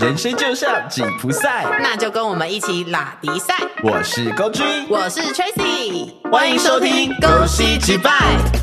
人生就像紧箍赛， 那就跟我们一起拉迪赛。 我是高君， 我是 Tracy， 欢迎收听恭喜击败。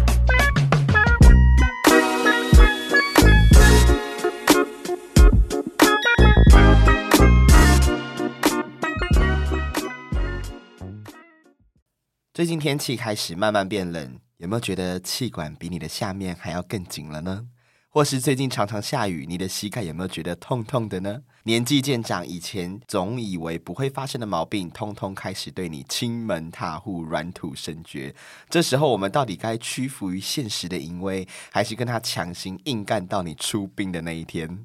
最近天气开始慢慢变冷，有没有觉得气管比你的下面还要更紧了呢？或是最近常常下雨，你的膝盖有没有觉得痛痛的呢？年纪渐长，以前总以为不会发生的毛病，通通开始对你亲门踏户、软土深掘。这时候我们到底该屈服于现实的淫威，还是跟他强行硬干到你出兵的那一天？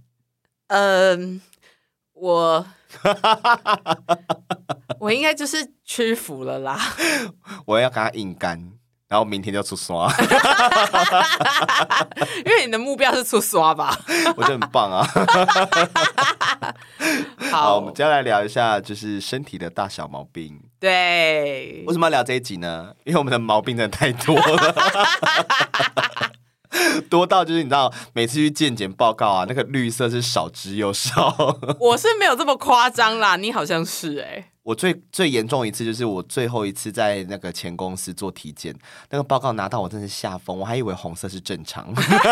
我应该就是屈服了啦。 我要跟他硬干，然后明天就出刷。 因为你的目标是出刷吧？ 我觉得很棒啊。好，我们接下来聊一下就是身体的大小毛病。 对， 为什么要聊这一集呢？因为我们的毛病真的太多了。多到就是你知道每次去健检报告啊，那个绿色是少之又少。 我是没有这么夸张啦，你好像是我最严重一次就是我最后一次在那个前公司做体检，那个报告拿到我真是吓疯，我还以为红色是正常。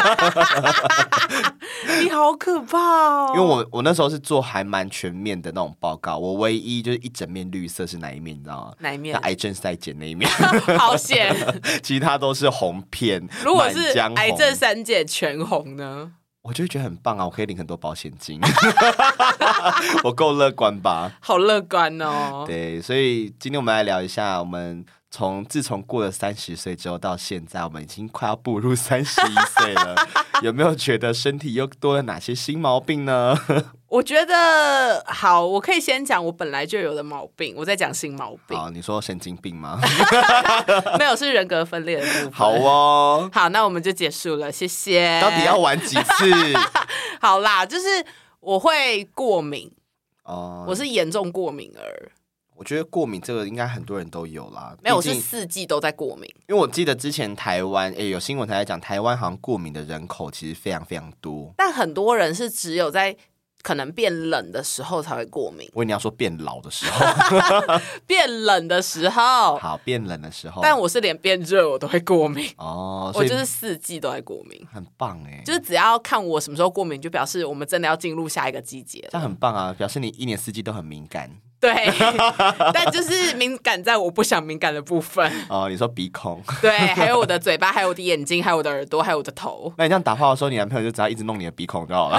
你好可怕哦！ 因为我那时候是做还蛮全面的那种报告，我唯一就是一整面绿色是哪一面你知道吗？ 哪一面？ 那癌症是在检那一面。 好险！ 其他都是红片。 如果是癌症3检全红呢？ 我就会觉得很棒啊，我可以领很多保险金。我够乐观吧？ 好乐观哦。 对，所以今天我们来聊一下，我们自从过了30岁之后到现在，我们已经快要步入31岁了。有没有觉得身体又多了哪些新毛病呢？ 我觉得好，我可以先讲我本来就有的毛病，我再讲新毛病。 好，你说神经病吗？ 没有，是人格分裂的部分。 好哦， 好，那我们就结束了，谢谢。 到底要玩几次？ 好啦，就是我会过敏哦， 我是严重过敏儿。 我觉得过敏这个应该很多人都有啦。 没有，我是4季都在过敏。 因为我记得之前台湾有新闻台在讲，台湾好像过敏的人口其实非常非常多， 但很多人是只有在可能变冷的时候才会过敏。 我以为你要说变老的时候。 变冷的时候。 好，变冷的时候。 但我是连变热我都会过敏哦， 我就是4季都在过敏。 很棒哎， 就是只要看我什么时候过敏，就表示我们真的要进入下一个季节了。 这样很棒啊，表示你1年4季都很敏感。 对，但就是敏感在我不想敏感的部分。 哦，你说鼻孔？ 对，还有我的嘴巴，还有我的眼睛，还有我的耳朵，还有我的头。 那你这样打炮的时候，你男朋友就只要一直弄你的鼻孔就好了。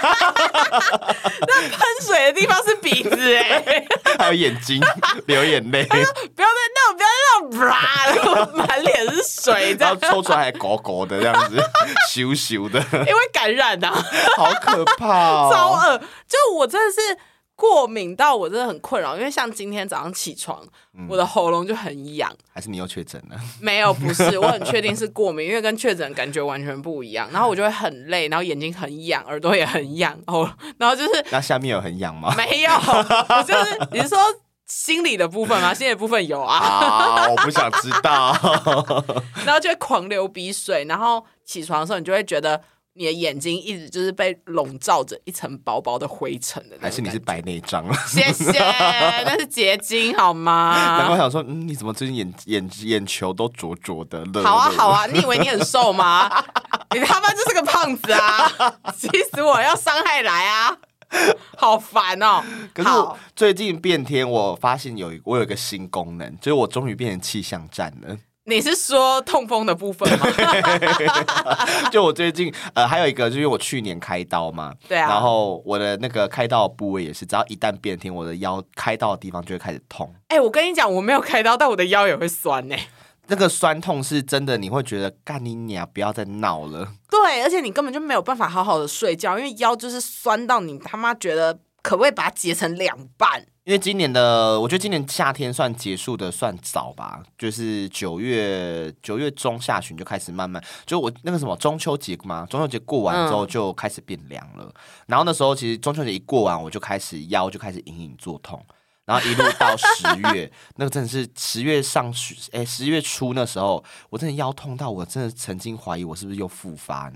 那喷水的地方是鼻子还有眼睛，流眼泪。 不要再弄，然后满脸是水，这样然后抽出来还狗狗的这样子，咻咻的， 因为感染啊， 好可怕哦， 超恶。就我真的是过敏到我真的很困扰，因为像今天早上起床，我的喉咙就很痒。 还是你又确诊了？ 没有，不是，我很确定是过敏，因为跟确诊感觉完全不一样。然后我就会很累，然后眼睛很痒，耳朵也很痒，然后就是那下面有很痒吗？ 没有，我就是你是说心理的部分吗？心理的部分有啊。 我不想知道。 然后就会狂流鼻水，然后起床的时候你就会觉得你的眼睛一直就是被笼罩着一层薄薄的灰尘的。 还是你是白内障了？ 谢谢，那是结晶好吗？ 难怪我想说，你怎么最近眼球都灼灼的？ 好啊好啊，你以为你很瘦吗？你他妈就是个胖子啊！气死我，要伤害来啊！好烦哦。 可是我最近变天，我发现我有一个新功能，就是我终于变成气象站了。 你是说痛风的部分吗？ 就我最近还有一个，就是我去年开刀嘛， 对啊， 然后我的那个开刀的部位也是，只要一旦变天，我的腰开刀的地方就会开始痛。 我跟你讲，我没有开刀，但我的腰也会酸欸。 那个酸痛是真的，你会觉得干你娘，不要再闹了。 对，而且你根本就没有办法好好的睡觉，因为腰就是酸到你他妈觉得可不可以把它截成2半？ 因为我觉得今年夏天算结束的算早吧，就是9月中下旬就开始慢慢，就我那个什么中秋节嘛，中秋节过完之后就开始变凉了。然后那时候其实中秋节一过完，我就开始腰就开始隐隐作痛。然后一路到10月，那个真的是10月初那时候，我真的腰痛到我真的曾经怀疑我是不是又复发，你知道？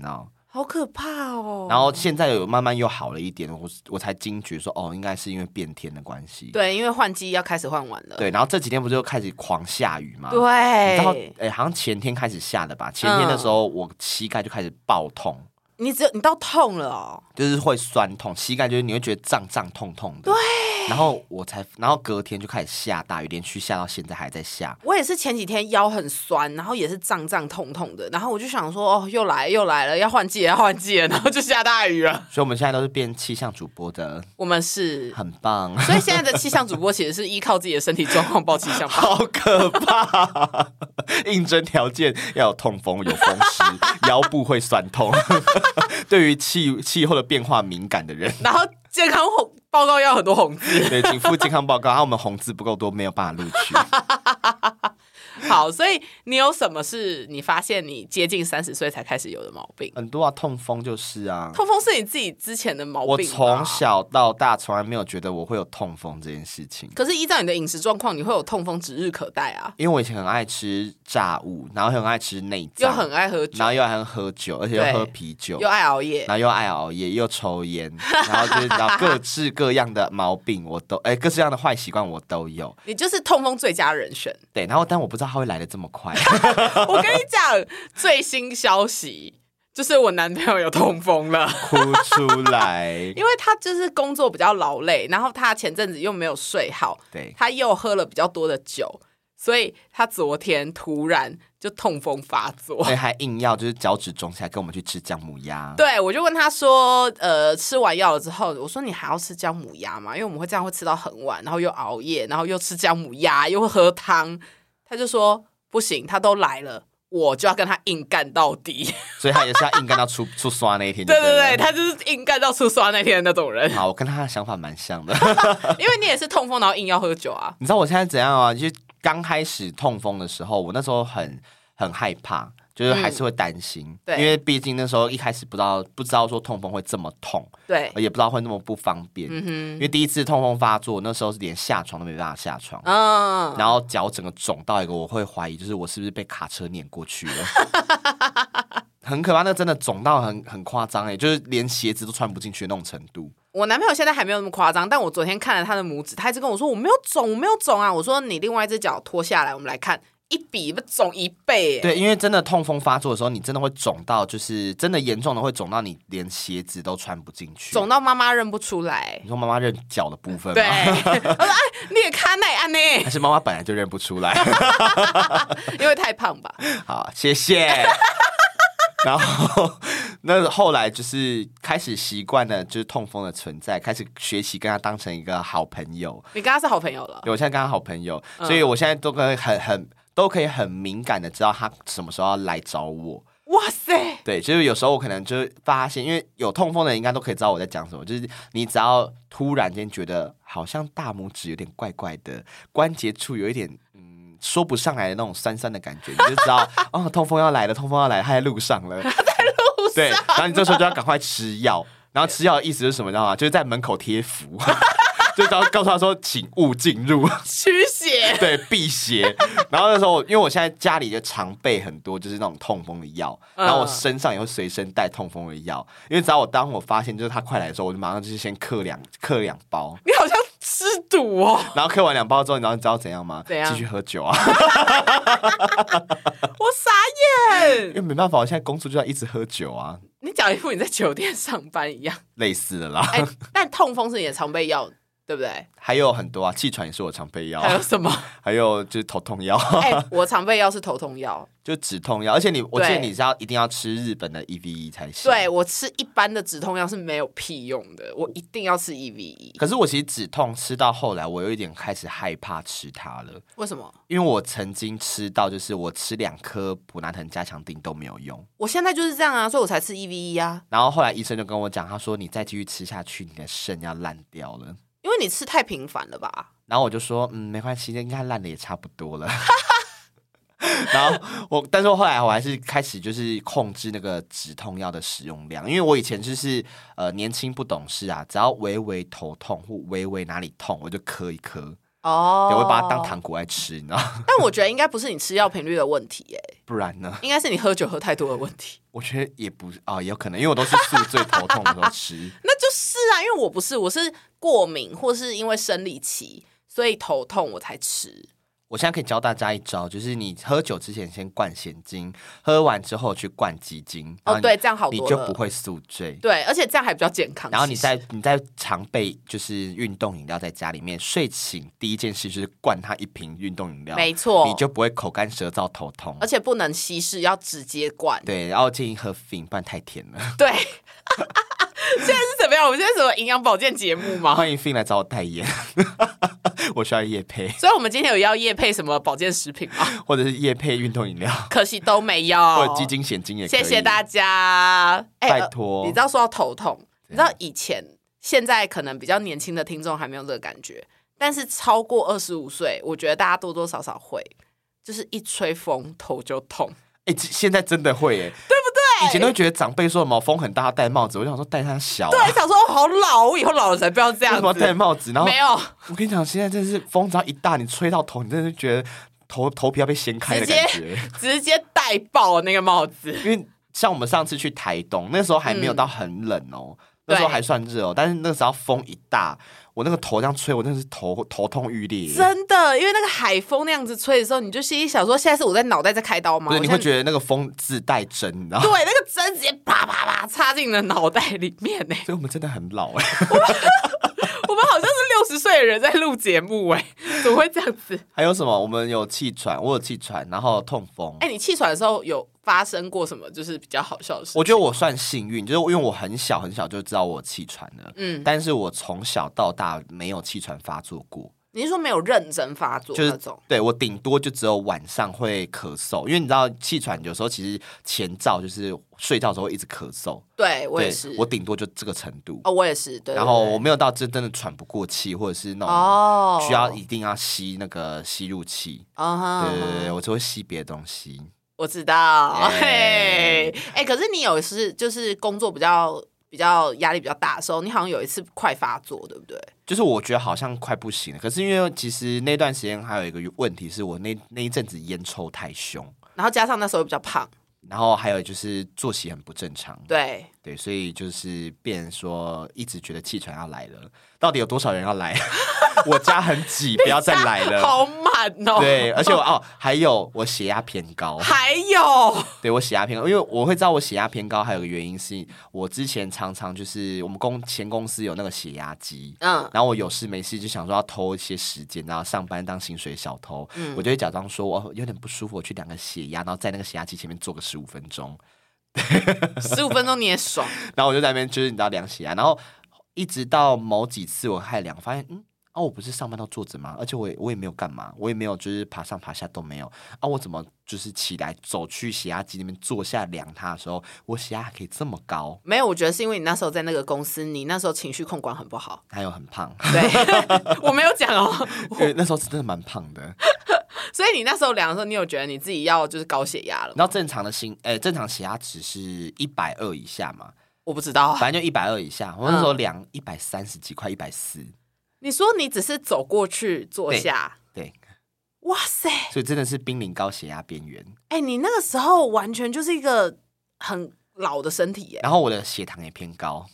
好可怕哦。 然后现在有慢慢又好了一点，我才惊觉说，应该是因为变天的关系。 对，因为换季要开始换完了。 对，然后这几天不是又开始狂下雨吗？ 对， 你知道，好像前天开始下的吧？前天的时候，我膝盖就开始爆痛。 你到痛了哦， 就是会酸痛，膝盖就是你会觉得胀胀痛痛的。 对， 然后隔天就开始下大雨，连续下到现在还在下。 我也是前几天腰很酸，然后也是胀胀痛痛的，然后我就想说，又来了，要换季了，然后就下大雨了。 所以我们现在都是变气象主播的， 我们是很棒。 所以现在的气象主播其实是依靠自己的身体状况报气象， 好可怕！应征条件要有痛风、有风湿、腰部会酸痛，对于气候的变化敏感的人， 然后健康报告要很多红字， 对，请附健康报告。然后我们红字不够多，没有办法录取。 好，所以你有什么是你发现你接近30岁才开始有的毛病？ 很多啊，痛风就是啊。 痛风是你自己之前的毛病吧？ 我从小到大从来没有觉得我会有痛风这件事情。 可是依照你的饮食状况，你会有痛风指日可待啊。 因为我以前很爱吃炸物，然后很爱吃内脏， 又很爱喝酒， 然后又爱喝酒，而且又喝啤酒， 又爱熬夜， 然后又爱熬夜，又抽烟，然后就是然后各式各样的毛病我都各式各样的坏习惯我都有。 你就是痛风最佳人选。 对，然后但我不知道它会来的这么快。 我跟你讲，最新消息就是我男朋友有痛风了， 哭出来。 因为他就是工作比较劳累，然后他前阵子又没有睡好， 对， 他又喝了比较多的酒，所以他昨天突然就痛风发作， 所以还硬要就是脚趾肿起来跟我们去吃姜母鸭。 对，我就问他说，吃完药了之后，我说你还要吃姜母鸭吗？因为我们会这样会吃到很晚，然后又熬夜，然后又吃姜母鸭，又喝汤。他就说不行，他都来了，我就要跟他硬干到底。 所以他也是要硬干到出刷那一天。 对对对，他就是硬干到出刷那天的那种人。 好，我跟他的想法蛮像的。 因为你也是痛风，然后硬要喝酒啊。 你知道我现在怎样啊？就是刚开始痛风的时候，我那时候很害怕，就是还是会担心， 对， 因为毕竟那时候一开始不知道说痛风会这么痛， 对， 也不知道会那么不方便，因为第一次痛风发作，那时候是连下床都没办法下床，然后脚整个肿到一个，我会怀疑就是我是不是被卡车碾过去了。很可怕，那真的肿到很夸张就是连鞋子都穿不进去的那种程度。 我男朋友现在还没有那么夸张，但我昨天看了他的拇指，他一直跟我说我没有肿啊。我说你另外一只脚脱下来，我们来看，一比肿1倍。 对，因为真的痛风发作的时候，你真的会肿到，就是真的严重的会肿到你连鞋子都穿不进去， 肿到妈妈认不出来。 你说妈妈认脚的部分吗？ 对，我说你也看那安呢？ 还是妈妈本来就认不出来？ 因为太胖吧。 好，谢谢。然后那后来就是开始习惯了，就是痛风的存在，开始学习跟他当成一个好朋友。 你跟他是好朋友了？ 对，我现在跟他好朋友，所以我现在都可以很敏感的知道他什么时候要来找我。 哇塞！ 对，就是有时候我可能就发现，因为有痛风的人应该都可以知道我在讲什么，就是你只要突然间觉得好像大拇指有点怪怪的，关节处有一点说不上来的那种酸酸的感觉，你就知道哦，痛风要来了，痛风要来了，他在路上了。 他在路上。 对，然后你这时候就要赶快吃药，然后吃药的意思是什么？你知道吗？就是在门口贴符。就告诉他说，请勿进入， 驱邪， 对，辟邪。然后那时候，因为我现在家里就常备很多，就是那种痛风的药，然后我身上也会随身带痛风的药，因为只要当我发现就是他快来的时候，我就马上就是先嗑两包。 你好像吃毒哦。 然后嗑完2包之后，然后你知道怎样吗？ 怎样？ 继续喝酒啊！ 我傻眼， 因为没办法，我现在工作就要一直喝酒啊。 你讲一副你在酒店上班一样， 类似的啦。 但痛风是你的常备药。对不对？ 还有很多啊，气喘也是我常备药。 还有什么？ 还有就是头痛药。 我常备药是头痛药， 就止痛药，而且我记得你是一定要吃日本的 EVE 才行。 对，我吃一般的止痛药是没有屁用的，我一定要吃 EVE。 可是我其实止痛吃到后来，我有一点开始害怕吃它了。 为什么？ 因为我曾经吃到，就是我吃2颗普拿疼加强定都没有用。 我现在就是这样啊，所以我才吃 EVE 啊。 然后后来医生就跟我讲，他说你再继续吃下去，你的肾要烂掉了。 因为你吃太频繁了吧？ 然后我就说，没关系，应该烂的也差不多了。然后但是后来我还是开始就是控制那个止痛药的使用量，因为我以前就是年轻不懂事啊，只要微微头痛或微微哪里痛，我就磕一磕。 哦， 对，我会把它当糖果来吃，你知道？ 但我觉得应该不是你吃药频率的问题， 不然呢？ 应该是你喝酒喝太多的问题。 我觉得也不也有可能，因为我都是宿醉头痛的时候吃。 那就是啊，因为我不是，我是过敏或是因为生理期，所以头痛我才吃。 我现在可以教大家一招，就是你喝酒之前先灌咸精，喝完之后去灌鸡精。 对，这样好多了， 你就不会宿醉。 对，而且这样还比较健康。 然后你在常备就是运动饮料在家里面，睡醒第一件事就是灌它一瓶运动饮料， 没错， 你就不会口干舌燥头痛， 而且不能稀释，要直接灌。 对，然后建议喝 Fin， 不然太甜了。 对。现在是怎么样？我们现在是什么营养保健节目吗？ 欢迎 Fin 来找我代言，我需要业配。 所以我们今天有要业配什么保健食品吗？ 或者是业配运动饮料？ 可惜都没有。 或者基金险金也可以。 谢谢大家。 拜托。 你知道说到头痛，你知道以前、现在可能比较年轻的听众还没有这个感觉，但是超过25岁，我觉得大家多多少少会，就是一吹风头就痛。 现在真的会耶， 对不对？ 以前都会觉得长辈说什么风很大戴帽子，我就想说戴它小， 对，想说好老，我以后老了才不要这样子。 为什么要戴帽子？然后没有， 我跟你讲，现在真的是风只要一大，你吹到头，你真的觉得头皮要被掀开的感觉， 直接戴爆那个帽子。 因为像我们上次去台东，那时候还没有到很冷那时候还算热但是那时候风一大，我那个头这样吹，我真的是头痛欲裂。 真的，因为那个海风那样子吹的时候，你就心里想说，现在是我在脑袋在开刀吗？ 对，你会觉得那个风自带针，你知道吗？ 对，那个针直接啪啪啪插进你的脑袋里面呢。 所以我们真的很老我们好像是60岁的人在录节目怎么会这样子？ 还有什么？我们有气喘，我有气喘，然后痛风。 你气喘的时候有发生过什么就是比较好笑的事情？ 我觉得我算幸运，就是因为我很小就知道我有气喘了，但是我从小到大没有气喘发作过。 你是说没有认真发作那种？ 对，我顶多就只有晚上会咳嗽，因为你知道气喘有时候其实前兆就是睡觉的时候会一直咳嗽。 对，我也是， 我顶多就这个程度。 我也是。对， 然后我没有到真的喘不过气，或者是那种需要一定要吸那个吸入器。对，我就会吸别的东西。 我知道。可是你有就是工作比较压力比较大的时候，你好像有一次快发作，对不对？ 就是我觉得好像快不行了，可是因为其实那段时间还有一个问题是我那一阵子烟抽太凶， 然后加上那时候比较胖， 然后还有就是作息很不正常， 对， 所以就是变成说一直觉得气喘要来了，到底有多少人要来？我家很挤，不要再来了， 好满哦。 对，而且还有我血压偏高， 还有， 对我血压偏高，因为我会知道我血压偏高，还有个原因是我之前常常就是我们前公司有那个血压机，然后我有事没事就想说要偷一些时间，然后上班当薪水小偷，我就会假装说我有点不舒服，我去量个血压，然后在那个血压机前面坐个15分钟 ，15分钟你也爽， 然后我就在那边就是你知道量血压，然后一直到某几次我开始量，发现我不是上班都坐着吗？而且我也没有干嘛，我也没有就是爬上爬下都没有我怎么就是起来走去血压机那边坐下量它的时候，我血压还可以这么高？ 没有，我觉得是因为你那时候在那个公司，你那时候情绪控管很不好， 还有很胖。 对，我没有讲因为那时候是真的蛮胖的。 所以你那时候量的时候，你有觉得你自己要就是高血压了吗？ 然后正常血压值是120以下嘛？ 我不知道， 反正就120以下。我那时候量130几，快140。你说你只是走过去坐下， 对， 哇塞！ 所以真的是濒临高血压边缘。 你那个时候完全就是一个很老的身体耶。 然后我的血糖也偏高。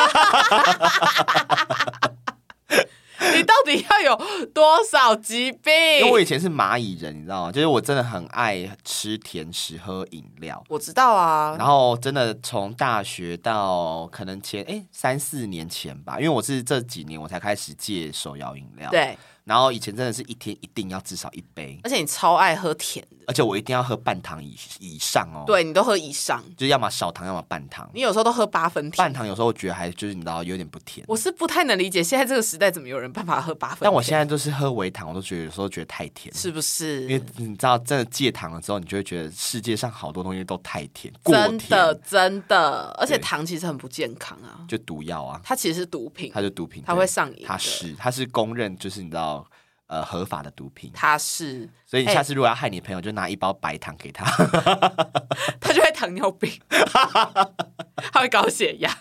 你到底要有多少疾病？ 因为我以前是蚂蚁人，你知道吗？就是我真的很爱吃甜食、喝饮料。 我知道啊。 然后真的从大学到可能3-4年前吧，因为我是这几年我才开始戒手摇饮料。 对。 然后以前真的是一天一定要至少1杯， 而且你超爱喝甜的， 而且我一定要喝半糖以上哦。 对，你都喝以上， 就是要么少糖，要么半糖。 你有时候都喝8分甜， 半糖有时候我觉得还就是你知道有点不甜。 我是不太能理解现在这个时代怎么有人办法喝8分甜。 但我现在都是喝微糖，我都觉得有时候觉得太甜， 是不是？ 因为你知道真的戒糖了之后，你就会觉得世界上好多东西都太甜，过甜， 真的，而且糖其实很不健康啊， 就毒药啊， 它其实是毒品， 它就毒品， 它会上瘾， 它是公认就是你知道。合法的毒品， 它是， 所以你下次如果要害你朋友，就拿1包白糖给他， 他就会糖尿病，他会高血压。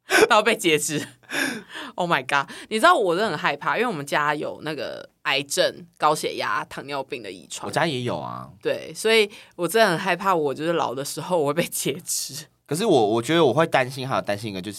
然后被截肢。Oh my god！ 你知道我真的很害怕，因为我们家有那个癌症、高血压、糖尿病的遗传。 我家也有啊。 对，所以我真的很害怕，我就是老的时候我会被截肢。 可是我觉得我会担心，还有担心一个就是，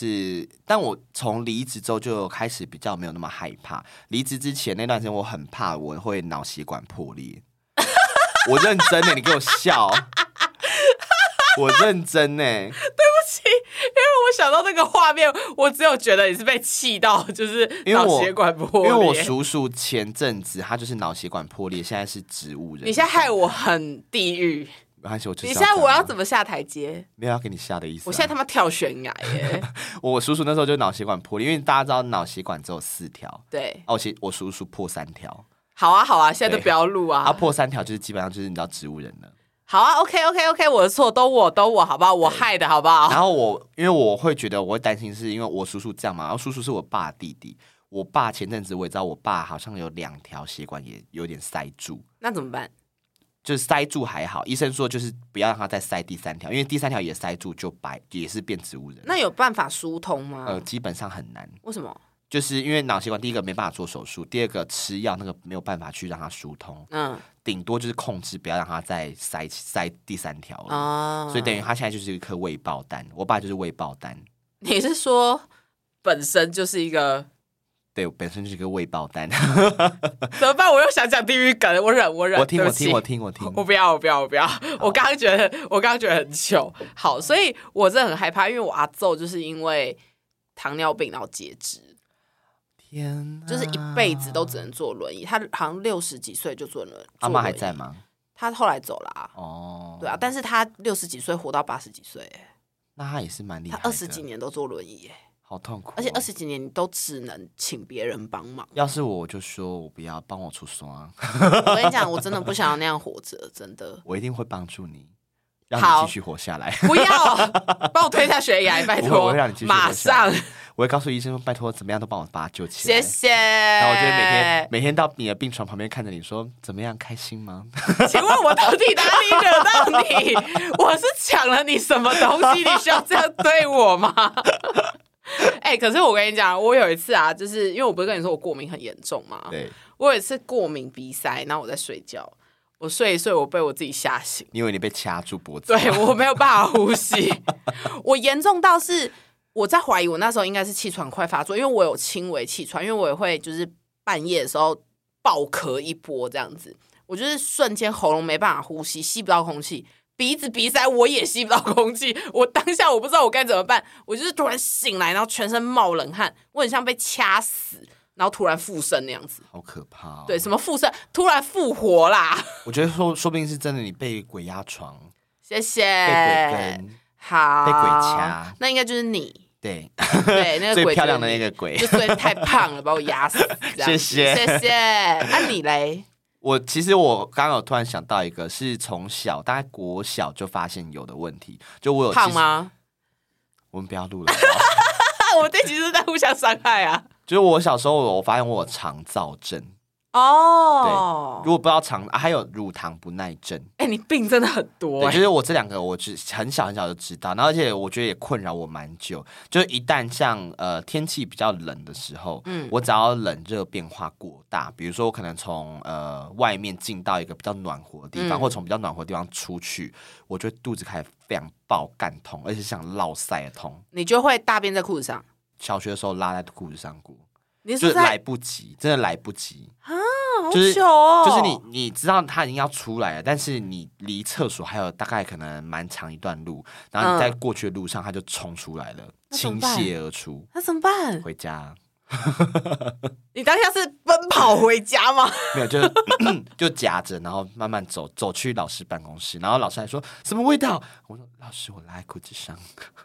但我从离职之后就开始比较没有那么害怕。离职之前那段时间，我很怕我会脑血管破裂。我认真的，你给我笑。我认真呢，对不起，因为我想到那个画面，我只有觉得你是被气到，就是脑血管破裂。 因为我叔叔前阵子他就是脑血管破裂，现在是植物人。 你现在害我很地狱。 没关系，你现在我要怎么下台阶？ 没有要给你下的意思、啊。 我现在他妈跳悬崖耶！ 我叔叔那时候就脑血管破裂，因为大家知道脑血管只有4条。 对。 我叔叔破3条。 好啊好啊，现在都不要录啊。 他破3条就是基本上就是你知道植物人了。 好啊 ，OK， 我的错，都我，好不好？我害的好不好？ 然后因为我会觉得我会担心，是因为我叔叔这样嘛，然后叔叔是我爸的弟弟，我爸前阵子我也知道，我爸好像有2条血管也有点塞住， 那怎么办？ 就是塞住还好，医生说就是不要让他再塞第3条，因为第3条也塞住就也是变植物人。 那有办法疏通吗？ 基本上很难。 为什么？ 就是因为脑血管第一个没办法做手术，第二个吃药那个没有办法去让它疏通，顶多就是控制不要让它再塞第3条了，所以等于他现在就是一颗未爆弹，我爸就是未爆弹。 你是说本身就是一个？ 对，我本身就是一个未爆弹。 怎么办？我又想讲地狱梗，我忍。 我听， 我不要。我刚刚觉得很糗。好，所以我真的很害怕，因为我阿祖就是因为糖尿病然后截肢。 天哪， 就是一辈子都只能坐轮椅，他好像60几岁就坐轮椅。 阿嬷还在吗？ 他后来走了啊。 哦， 对啊，但是他60几岁活到80几岁， 那他也是蛮厉害的。 他20几年都坐轮椅， 好痛苦、 而且20几年你都只能请别人帮忙。 要是我就说我不要，帮我出双。 我跟你讲，我真的不想要那样活着，真的。 我一定会帮助你，让你继续活下来。 不要帮我推下悬崖，拜托！ 我会让你继续活下来。马上。我会告诉医生说：“拜托，怎么样都帮我把他救起来。” 谢谢。 然后我就会每天到你的病床旁边看着你说：“怎么样，开心吗？” 请问我到底哪里惹到你？我是抢了你什么东西？你需要这样对我吗？可是我跟你讲，我有一次啊，就是因为我不是跟你说我过敏很严重吗？ 对， 我有一次过敏鼻塞，然后我在睡觉，我睡一睡，我被我自己吓醒。 你以为你被掐住脖子？ 对，我没有办法呼吸。我严重到是。我在怀疑我那时候应该是气喘快发作，因为我有轻微气喘，因为我也会就是半夜的时候爆咳一波这样子，我就是瞬间喉咙没办法呼吸，吸不到空气，鼻塞我也吸不到空气，我当下我不知道我该怎么办，我就是突然醒来，然后全身冒冷汗，我很像被掐死，然后突然附身那样子， 好可怕哦。 对，什么附身，突然复活啦。 我觉得说不定是真的，你被鬼压床， 谢谢， 被鬼跟， 好， 被鬼掐， 那应该就是你。 对， 那个鬼最漂亮的那个鬼， 就是太胖了，把我压死。 谢谢。 那你嘞？ 其实我刚刚有突然想到一个，是从小大概国小就发现有的问题，就我有胖吗？ 我们不要录了。 我们这集是在互相伤害啊。 就是我小时候，我发现我有肠燥症。 哦， 对，如果不知道还有乳糖不耐症。 你病真的很多。 对，就是我这2个，我很小就知道，然后而且我觉得也困扰我蛮久。就是一旦像天气比较冷的时候，我只要冷热变化过大，比如说我可能从外面进到一个比较暖和的地方，或从比较暖和的地方出去，我就肚子开始非常爆干痛，而且像落塞的痛。 你就会大便在裤子上？ 小学的时候拉在裤子上过。 你就是来不及，真的来不及啊！好糗哦！ 就是你知道他已经要出来了，但是你离厕所还有大概可能蛮长一段路，然后你在过去的路上他就冲出来了，倾泻而出。 那怎么办？ 回家。 你当下是奔跑回家吗？ 没有，就夹着，然后慢慢走去老师办公室，然后老师还说什么味道？我说老师，我拉在裤子上。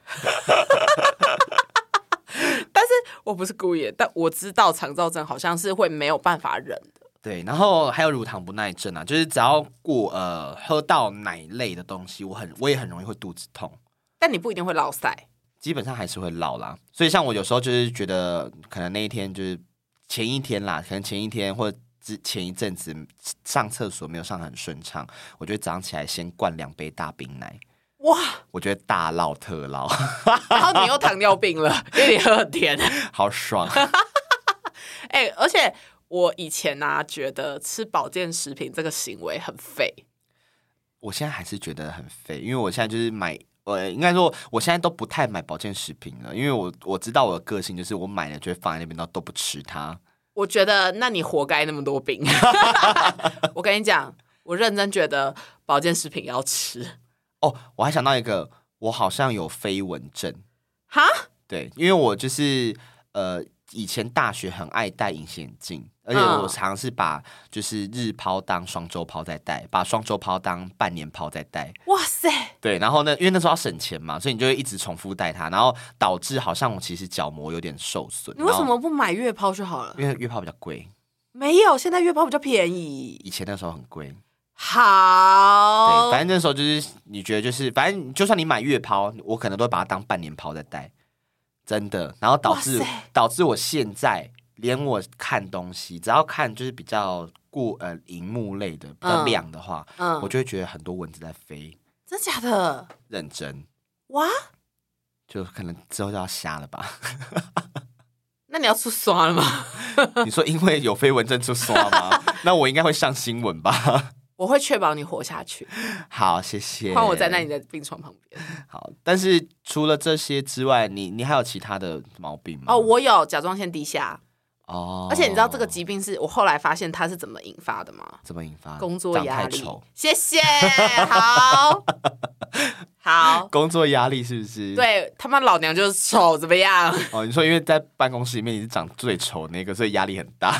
但是我不是故意的，但我知道肠燥症好像是会没有办法忍的。 对，然后还有乳糖不耐症啊，就是只要喝到奶类的东西，我也很容易会肚子痛。 但你不一定会落腮， 基本上还是会落啦。所以像我有时候就是觉得，可能那一天就是前一天啦，可能前一天或者前一阵子上厕所没有上得很顺畅，我就早上起来先灌2杯大冰奶。 哇， 我觉得大捞特捞， 然后你又糖尿病了，因为你喝很甜。 好爽。 而且我以前觉得吃保健食品这个行为很废， 我现在还是觉得很废，因为我现在就是买，应该说我现在都不太买保健食品了，因为我知道我的个性就是我买了就会放在那边，都不吃它。 我觉得那你活该那么多病。我跟你讲，我认真觉得保健食品要吃。 哦，我还想到一个，我好像有飞蚊症。 哈？ 对，因为我就是以前大学很爱戴隐形眼镜，而且我常是把就是日抛当双周抛在戴，把双周抛当半年抛在戴。 哇塞！ 对，然后呢，因为那时候要省钱嘛，所以你就会一直重复戴它，然后导致好像我其实角膜有点受损。 你为什么不买月抛就好了？ 因为月抛比较贵。 没有，现在月抛比较便宜。 以前那时候很贵。 好， 对，反正那时候就是你觉得就是，反正就算你买月抛，我可能都会把它当半年抛在戴，真的。然后导致我现在连我看东西，只要看就是比较荧幕类的比较亮的话，我就会觉得很多蚊子在飞。 真假的？ 认真。 哇！ 就可能之后就要瞎了吧。 那你要出刷了吗？ 你说因为有飞蚊症出刷吗？那我应该会上新闻吧。 我会确保你活下去。 好，谢谢。 换我站在你的病床旁边。 好，但是除了这些之外，你还有其他的毛病吗？ 哦，我有甲状腺低下。 哦， 而且你知道这个疾病是我后来发现它是怎么引发的吗？ 怎么引发？ 工作压力。 长太丑。 谢谢。好。好。 工作压力是不是？ 对，他妈老娘就是丑，怎么样？ 哦，你说因为在办公室里面你是长最丑那个，所以压力很大。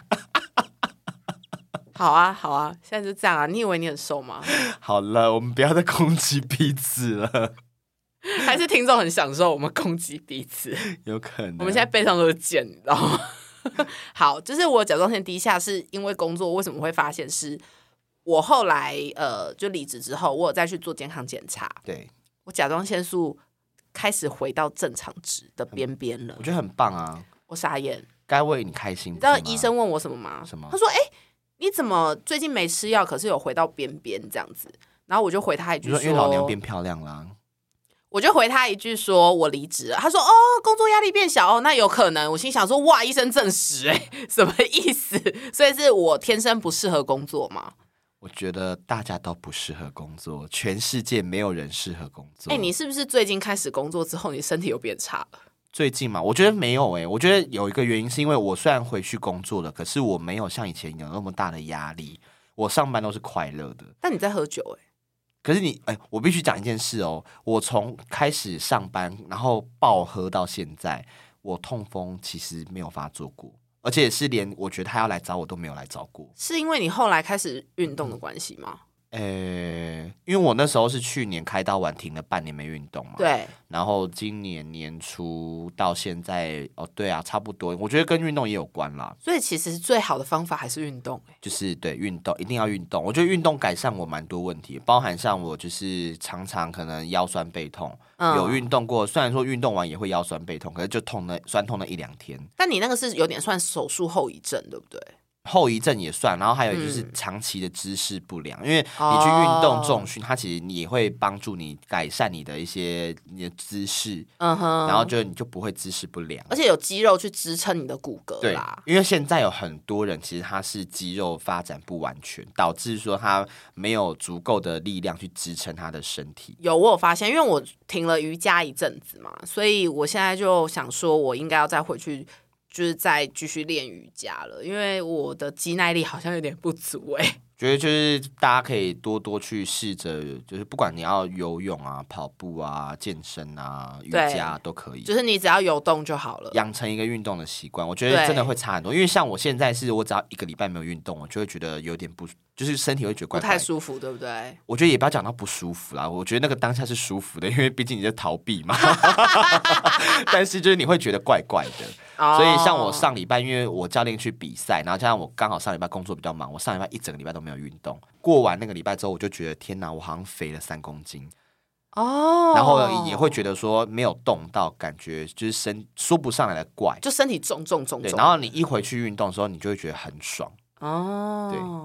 好啊，好啊，现在就这样啊！你以为你很瘦吗？ 好了，我们不要再攻击彼此了。 还是听众很享受我们攻击彼此？ 有可能。 我们现在背上都是茧，你知道吗？好，就是我甲状腺低下是因为工作，为什么会发现是？我后来就离职之后，我有再去做健康检查， 对， 我甲状腺素开始回到正常值的边边了。 我觉得很棒啊！ 我傻眼， 该为你开心。 你知道医生问我什么吗？ 什么？ 他说：“你怎么最近没吃药，可是有回到边边这样子？”然后我就回他一句说：“ 因为老娘变漂亮啦。” 我就回他一句说：“我离职了。”他说：“哦，工作压力变小哦，那有可能。”我心想说：“哇，医生证实什么意思？所以是我天生不适合工作吗？” 我觉得大家都不适合工作，全世界没有人适合工作。 你是不是最近开始工作之后，你身体有变差了？ 最近嘛，我觉得没有我觉得有一个原因是因为我虽然回去工作了，可是我没有像以前有那么大的压力，我上班都是快乐的。 但你在喝酒可是我必须讲一件事哦，我从开始上班然后爆喝到现在，我痛风其实没有发作过。而且是连我觉得他要来找我都没有来找过。 是因为你后来开始运动的关系吗？ 因为我那时候是去年开刀完停了半年没运动嘛， 对， 然后今年年初到现在，对啊，差不多，我觉得跟运动也有关啦。 所以其实最好的方法还是运动就是对运动一定要运动，我觉得运动改善我蛮多问题，包含像我就是常常可能腰酸背痛，有运动过，虽然说运动完也会腰酸背痛，可是就酸痛了1-2天。 但你那个是有点算手术后遗症，对不对？ 后遗症也算，然后还有就是长期的姿势不良，因为你去运动重训，它其实也会帮助你改善你的姿势，然后你就不会姿势不良， 而且有肌肉去支撑你的骨骼啦。 因为现在有很多人其实他是肌肉发展不完全，导致说他没有足够的力量去支撑他的身体。 我有发现，因为我停了瑜伽一阵子嘛，所以我现在就想说，我应该要再回去。就是再继续练瑜伽了，因为我的肌耐力好像有点不足觉得就是大家可以多多去试着，就是不管你要游泳啊、跑步啊、健身啊、瑜伽都可以， 就是你只要有动就好了， 养成一个运动的习惯，我觉得真的会差很多。因为像我现在我只要1个礼拜没有运动，我就会觉得有点就是身体会觉得怪怪的， 不太舒服，对不对？ 我觉得也不要讲到不舒服啦，我觉得那个当下是舒服的，因为毕竟你在逃避嘛。但是就是你会觉得怪怪的，所以像我上礼拜，因为我教练去比赛，然后加上我刚好上礼拜工作比较忙，我上礼拜一整个礼拜都没有运动。过完那个礼拜之后，我就觉得天哪，我好像肥了3公斤。然后也会觉得说没有动到，感觉就是说不上来的怪， 就身体重。 对，然后你一回去运动的时候，你就会觉得很爽。 对，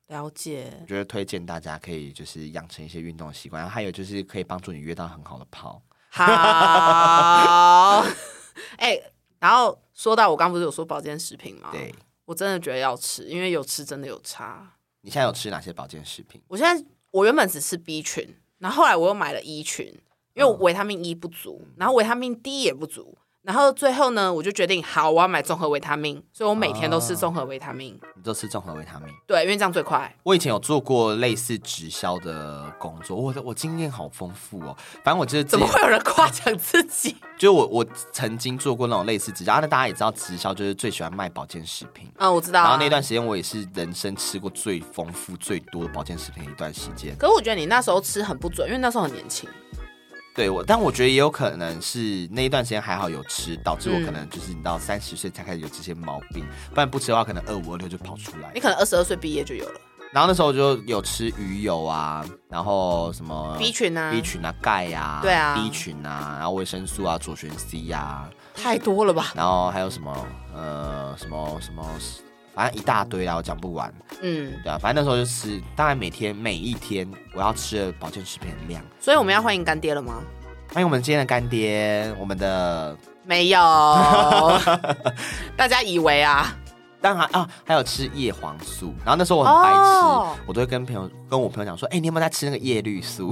了解。 我觉得推荐大家可以就是养成一些运动的习惯，然后还有就是可以帮助你约到很好的炮。 好，然后说到我刚不是有说保健食品吗？ 对， 我真的觉得要吃，因为有吃真的有差。 你现在有吃哪些保健食品？ 我原本只吃 B 群，然后后来我又买了 E 群，因为我维他命 E 不足，然后维他命 D 也不足。然后最后呢，我就决定好，我要买综合维他命，所以我每天都吃综合维他命。 你都吃综合维他命？ 对，因为这样最快。 我以前有做过类似直销的工作，我经验好丰富哦。反正我就是怎么会有人夸奖自己？ 就我曾经做过那种类似直销，那大家也知道直销就是最喜欢卖保健食品。 我知道。 然后那段时间我也是人生吃过最丰富最多的保健食品的一段时间。 可是我觉得你那时候吃很不准，因为那时候很年轻。 对，但我觉得也有可能是那一段时间还好有吃，导致我可能就是你到30岁才开始有这些毛病，不然不吃的话，可能25、26就跑出来。 你可能22岁毕业就有了。 然后那时候就有吃鱼油啊，然后什么 B 群啊、 钙啊， 对啊 ，B 群啊，然后维生素啊、左旋 C 啊， 太多了吧？ 然后还有什么什么，反正一大堆啊，我讲不完。对啊，反正那时候就吃，大概每一天我要吃的保健食品的量。 所以我们要欢迎干爹了吗？ 欢迎我们今天的干爹，我们的没有，大家以为啊。 当然还有吃叶黄素，然后那时候我很白痴，我都会跟我朋友讲说，你有没有在吃那个叶绿素？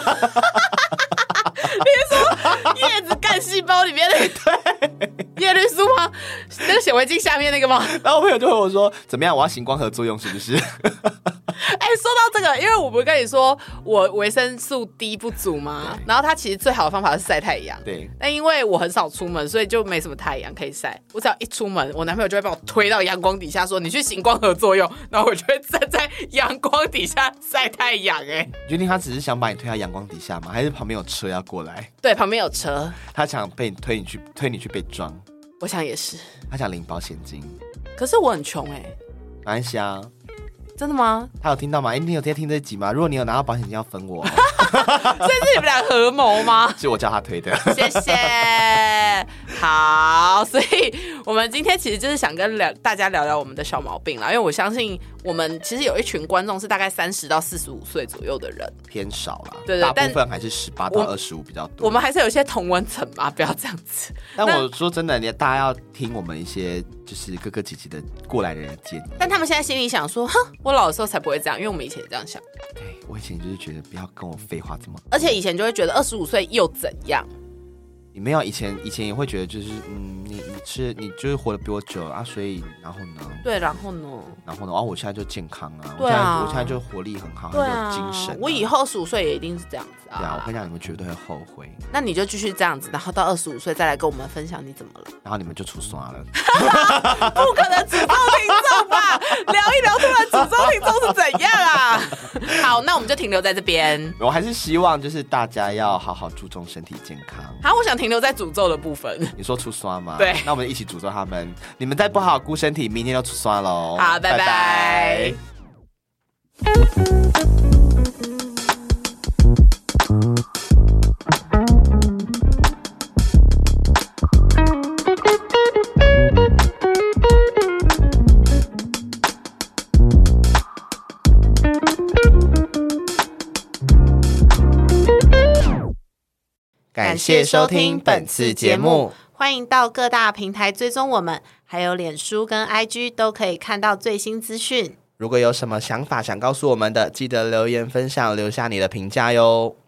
你是说叶子干细胞里面的对叶绿素吗？那个显微镜下面那个吗？ 然后我朋友就问我说，怎么样？我要行光合作用是不是？ 说到这个，因为我不是跟你说我维生素 D 不足吗？然后它其实最好的方法是晒太阳。 对。 但因为我很少出门，所以就没什么太阳可以晒。我只要一出门，我男朋友就会把我推到阳光底下，说你去行光合作用，然后我就会站在阳光底下晒太阳。你确定他只是想把你推到阳光底下吗？还是旁边有车要过来？ 对，旁边有车。 他想被推你去被撞。 我想也是。他想领保险金。 可是我很穷没关系啊。 真的吗？ 他有听到吗？你有在听这集吗？如果你有拿到保险金，要分我。 所以是你们俩合谋吗？ 是我叫他推的。 谢谢。好，所以我们今天其实就是想跟大家聊聊我们的小毛病啦，因为我相信我们其实有一群观众是大概30到45岁左右的人， 偏少啦。 对， 大部分还是18到25比较多。 我们还是有一些同温层嘛，不要这样子。 但我说真的，大家要听我们一些就是哥哥姐姐的过来的人的建议。 但他们现在心里想说，哼，我老的时候才不会这样，因为我们以前也这样想。 对，我以前就是觉得不要跟我废话这么， 而且以前就会觉得25岁又怎样？ 你没有以前也会觉得就是你就是活得比我久啊，所以然后呢？ 对，然后呢？ 然后我现在就健康啊， 对啊， 我现在就活力很好， 对很有精神。 我以后25岁也一定是这样子啊。 对啊，我跟你讲，你们绝对会后悔。 那你就继续这样子，然后到25岁再来跟我们分享你怎么了。 然后你们就出刷了。 不可能诅咒听众吧？聊一聊，突然诅咒听众是怎样啊？好，那我们就停留在这边。 我还是希望就是大家要好好注重身体健康。 好，我想停留在诅咒的部分。 你说出刷吗？ 对， 那我们一起诅咒他们。你们再不好好顾身体，明天就出刷喽。 好，拜拜。 感谢收听本次节目， 欢迎到各大平台追踪我们，还有脸书跟 IG 都可以看到最新资讯。 如果有什么想法想告诉我们的，记得留言分享，留下你的评价哟。